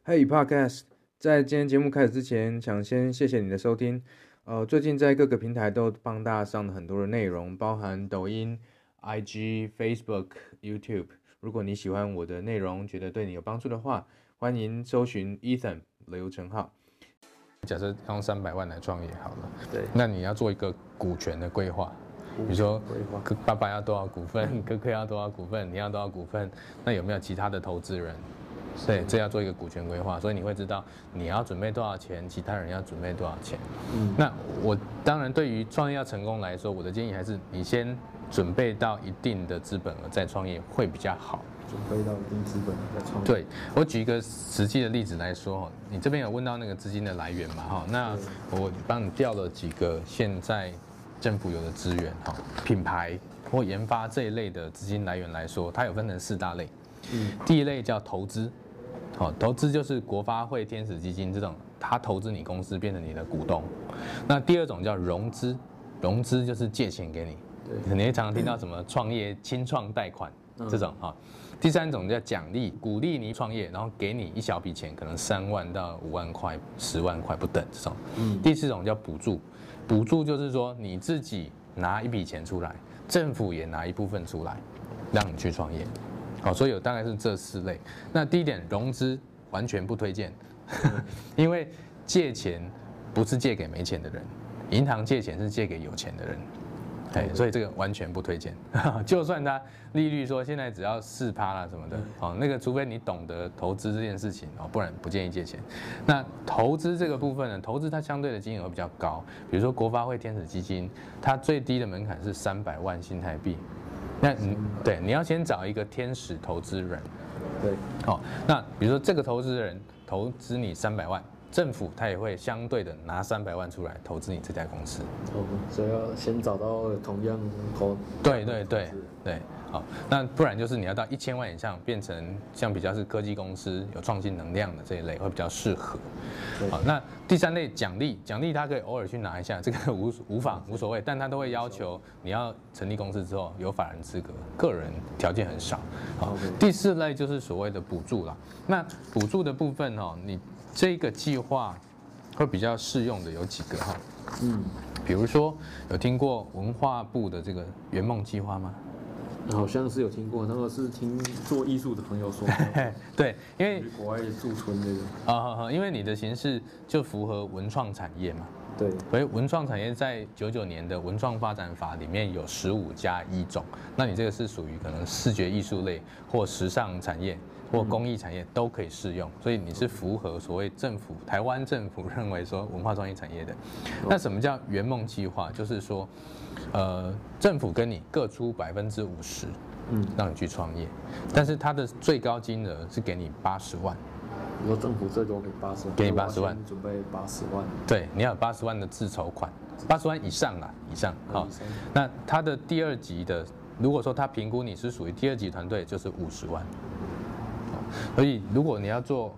Hey Podcast，在今天节目开始之前，想先谢谢你的收听。最近在各个平台都帮大家上了很多的内容，包含抖音、IG、Facebook、YouTube。如果你喜欢我的内容，觉得对你有帮助的话，欢迎搜寻 Ethan 刘成浩。假设要用300万来创业好了， 对， 那你要做一个股权的规划，比如说爸爸要多少股份，哥哥要多少股份，你要多少股份，那有没有其他的投资人？对，这要做一个股权规划，所以你会知道你要准备多少钱，其他人要准备多少钱。那我当然对于创业要成功来说，我的建议还是你先准备到一定的资本额再创业会比较好。 准备到一定资本再创业。 对，我举一个实际的例子来说，你这边有问到那个资金的来源嘛？哈，那我帮你调了几个现在政府有的资源，哈，品牌或研发这一类的资金来源来说，它有分成4大类。第一类叫投资。好，投资就是国发会、天使基金这种，他投资你公司变成你的股东。那第二种叫融资，融资就是借钱给你，你也常常听到什么创业青创贷款这种哈。第三种叫奖励，鼓励你创业，然后给你一小笔钱，可能3万到5万块、10万块不等这种。第四种叫补助，补助就是说你自己拿一笔钱出来，政府也拿一部分出来，让你去创业。好，所以有大概是这4类。那第一点，融资完全不推荐，因为借钱不是借给没钱的人，银行借钱是借给有钱的人，所以这个完全不推荐。就算它利率说现在只要4%啦什么的，那个除非你懂得投资这件事情，不然不建议借钱。那投资这个部分呢，投资它相对的金额比较高，比如说国发会天使基金，它最低的门槛是300万新台币。那你要先找一个天使投资人， 对， 好，那比如说这个投资人投资你300万，政府他也会相对的拿300万出来投资你这家公司。 所以要先找到同样投。 对，好，那不然就是你要到1000万以上，变成像比较是科技公司有创新能量的这一类会比较适合。好，那第3类奖励它可以偶尔去拿一下，这个无所谓，但它都会要求你要成立公司之后有法人资格，个人条件很少。好，第4类就是所谓的补助啦。那补助的部分你这个计划会比较适用的有几个哈，比如说有听过文化部的这个圆梦计划吗？ 好像是有听过，那个是听做艺术的朋友说。 对，因为国外驻村那个因为你的形式就符合文创产业嘛。 对， 所以文创产业在99年的文创发展法里面有15+1种，那你这个是属于可能视觉艺术类或时尚产业或工艺产业都可以适用，所以你是符合所谓台湾政府认为说文化创意产业的。那什么叫圆梦计划？就是说，政府跟你各出50%，让你去创业，但是它的最高金额是给你80万。 你说政府最多给80万， 给你80万， 准备80万。 对，你要有80万的自筹款，80万以上啦，以上。好，那它的第2级的，如果说他评估你是属于第2级团队，就是50万。所以如果你要做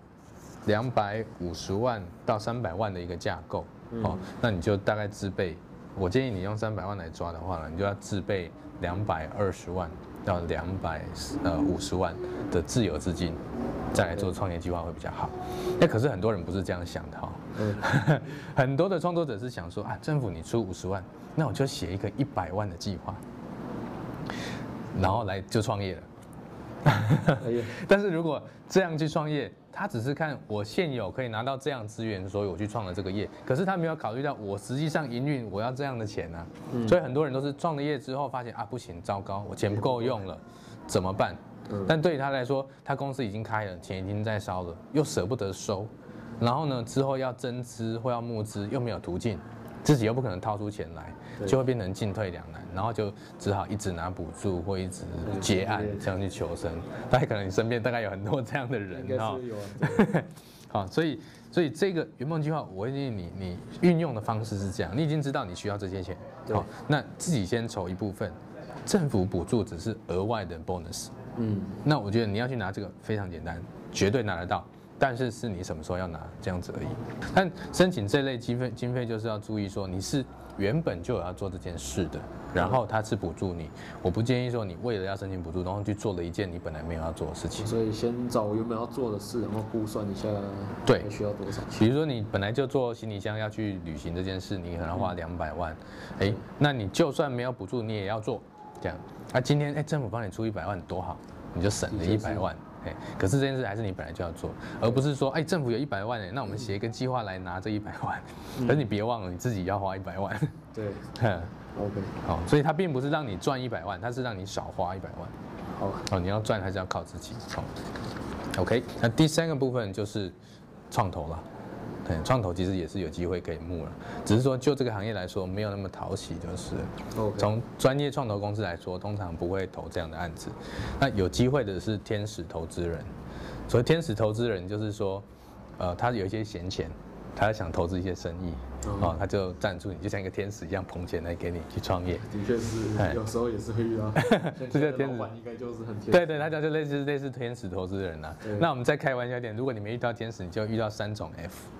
250万到300万的一个架构，那你就大概自备。我建议你用300万来抓的话呢，你就要自备220万到250万的自有资金。再来做创业计划会比较好。那可是很多人不是这样想的哈。很多的创作者是想说政府你出50万，那我就写一个100万的计划，然后来就创业了。但是如果这样去创业，他只是看我现有可以拿到这样资源，所以我去创了这个业。可是他没有考虑到我实际上营运我要这样的钱啊。所以很多人都是创了业之后发现不行，糟糕，我钱不够用了，怎么办？但对于他来说，他公司已经开了，钱已经在烧了，又舍不得收，然后呢，之后要增资或要募资又没有途径，自己又不可能掏出钱来，就会变成进退两难，然后就只好一直拿补助或一直结案这样去求生。大概可能你身边大概有很多这样的人哈。好，所以这个圆梦计划，我会建议你运用的方式是这样：你已经知道你需要这些钱，好，那自己先筹一部分，政府补助只是额外的 bonus。那我觉得你要去拿这个非常简单，绝对拿得到， 但是是你什么时候要拿这样子而已。但申请这类经费就是要注意说你是原本就有要做这件事的，然后他是补助你。我不建议说你为了要申请补助，然后去做了一件你本来没有要做的事情。 所以先找原本要做的事，然后估算一下对需要多少钱。 比如说你本来就做行李箱要去旅行这件事，你可能花200万，那你就算没有补助，你也要做这样。今天政府帮你出100万多好，你就省了100万。可是这件事还是你本来就要做，而不是说政府有100万那我们写一个计划来拿这100万。可是你别忘了你自己要花100万。 对，OK。 好，所以它并不是让你赚100万，它是让你少花100万。好，你要赚还是要靠自己。好 ，OK。那第3个部分就是创投了。创投其实也是有机会可以募了，只是说就这个行业来说没有那么讨喜，就是从专业创投公司来说，通常不会投这样的案子。那有机会的是天使投资人，所谓天使投资人就是说，他有一些闲钱，他想投资一些生意，他就赞助你，就像一个天使一样捧钱来给你去创业。 的确是，有时候也是会遇到。 这叫天使， 应该就是很天使。 对，他就类似天使投资人啦。那我们再开玩笑一点，如果你没遇到天使，你就遇到3种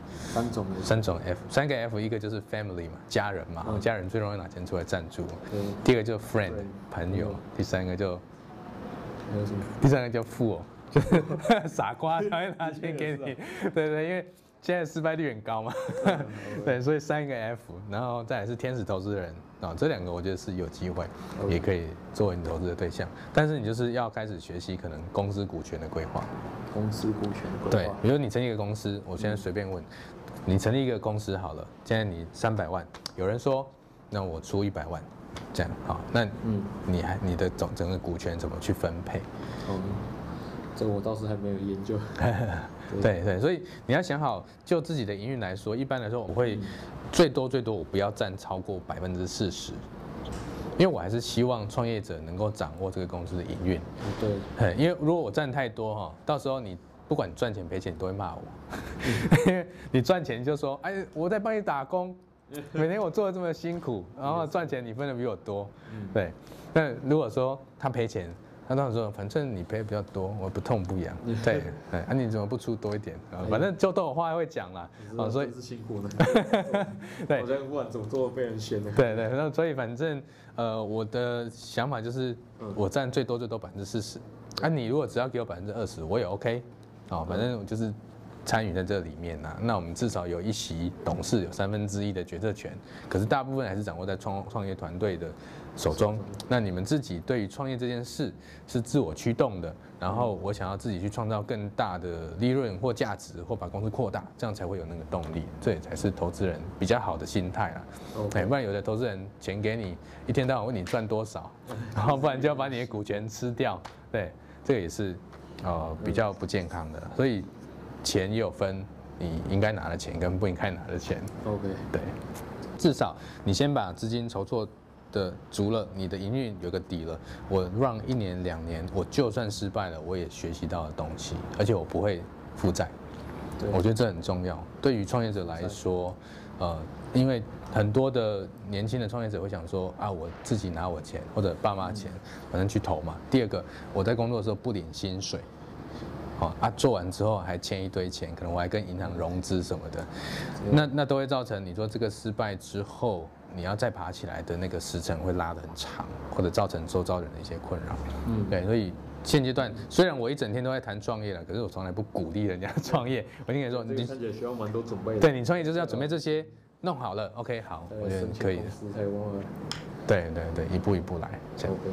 F。3种 F， 3个 F， 一个就是 family 嘛，家人嘛，家人最容易拿钱出来赞助。第2个就是 friend， 朋友。第3个就，第3个叫富哦，就是傻瓜才会拿钱给你。对，因为现在失败率很高嘛。对，所以3个 F， 然后再来是天使投资人这2个我觉得是有机会，也可以作为你投资的对象。但是你就是要开始学习可能公司股权的规划。 公司股权规划。 对，比如你成立一个公司，我现在随便问，你成立一个公司好了，现在你300万，有人说，那我出100万，这样好，那你的整个股权怎么去分配？ 这个我倒是还没有研究。 对，所以你要想好，就自己的营运来说，一般来说我会最多我不要占超过40%。因为我还是希望创业者能够掌握这个公司的营运。对，因为如果我占太多到时候你不管赚钱赔钱，你都会骂我。因为你赚钱就说，我在帮你打工，每天我做的这么辛苦，然后赚钱你分的比我多。对，那如果说他赔钱，他当时说，反正你赔比较多，我不痛不痒。对，你怎么不出多一点？反正就都有话会讲啦。 所以是辛苦的。 对， 好像不管怎么做被人嫌的。 对，那所以反正我的想法就是，我占最多40%。你如果只要给我20%，我也 OK。反正我就是参与在这里面那我们至少有1席董事，有1/3的决策权。可是大部分还是掌握在创业团队的手中。那你们自己对于创业这件事是自我驱动的，然后我想要自己去创造更大的利润或价值，或把公司扩大，这样才会有那个动力。这也才是投资人比较好的心态啦。不然有的投资人钱给你，一天到晚问你赚多少，然后不然就要把你的股权吃掉。对，这个也是比较不健康的。所以钱也有分你应该拿的钱跟不应该拿的钱。对，至少你先把资金筹措的足了，你的营运有个底了，我让1年2年，我就算失败了，我也学习到了东西，而且我不会负债。我觉得这很重要。对于创业者来说，因为很多的年轻的创业者会想说我自己拿我钱或者爸妈钱，反正去投嘛。第2个，我在工作的时候不领薪水。做完之后还欠一堆钱，可能我还跟银行融资什么的，那都会造成你说这个失败之后，你要再爬起来的那个时程会拉得很长，或者造成周遭人的一些困扰。对，所以现阶段虽然我一整天都在谈创业了，可是我从来不鼓励人家创业。我应该说， 你看起来需要蛮多准备的。 对，你创业就是要准备这些，弄好了 ，OK， 好，我觉得可以的。对，一步一步来，这样。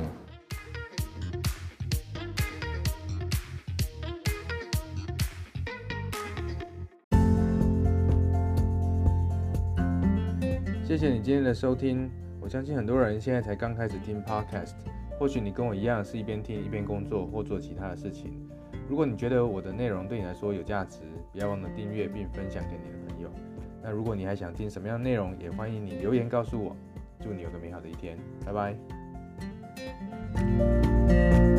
谢谢你今天的收听。我相信很多人现在才刚开始听 Podcast， 或许你跟我一样是一边听一边工作或做其他的事情。如果你觉得我的内容对你来说有价值，不要忘了订阅并分享给你的朋友。那如果你还想听什么样的内容，也欢迎你留言告诉我。祝你有个美好的一天，拜拜。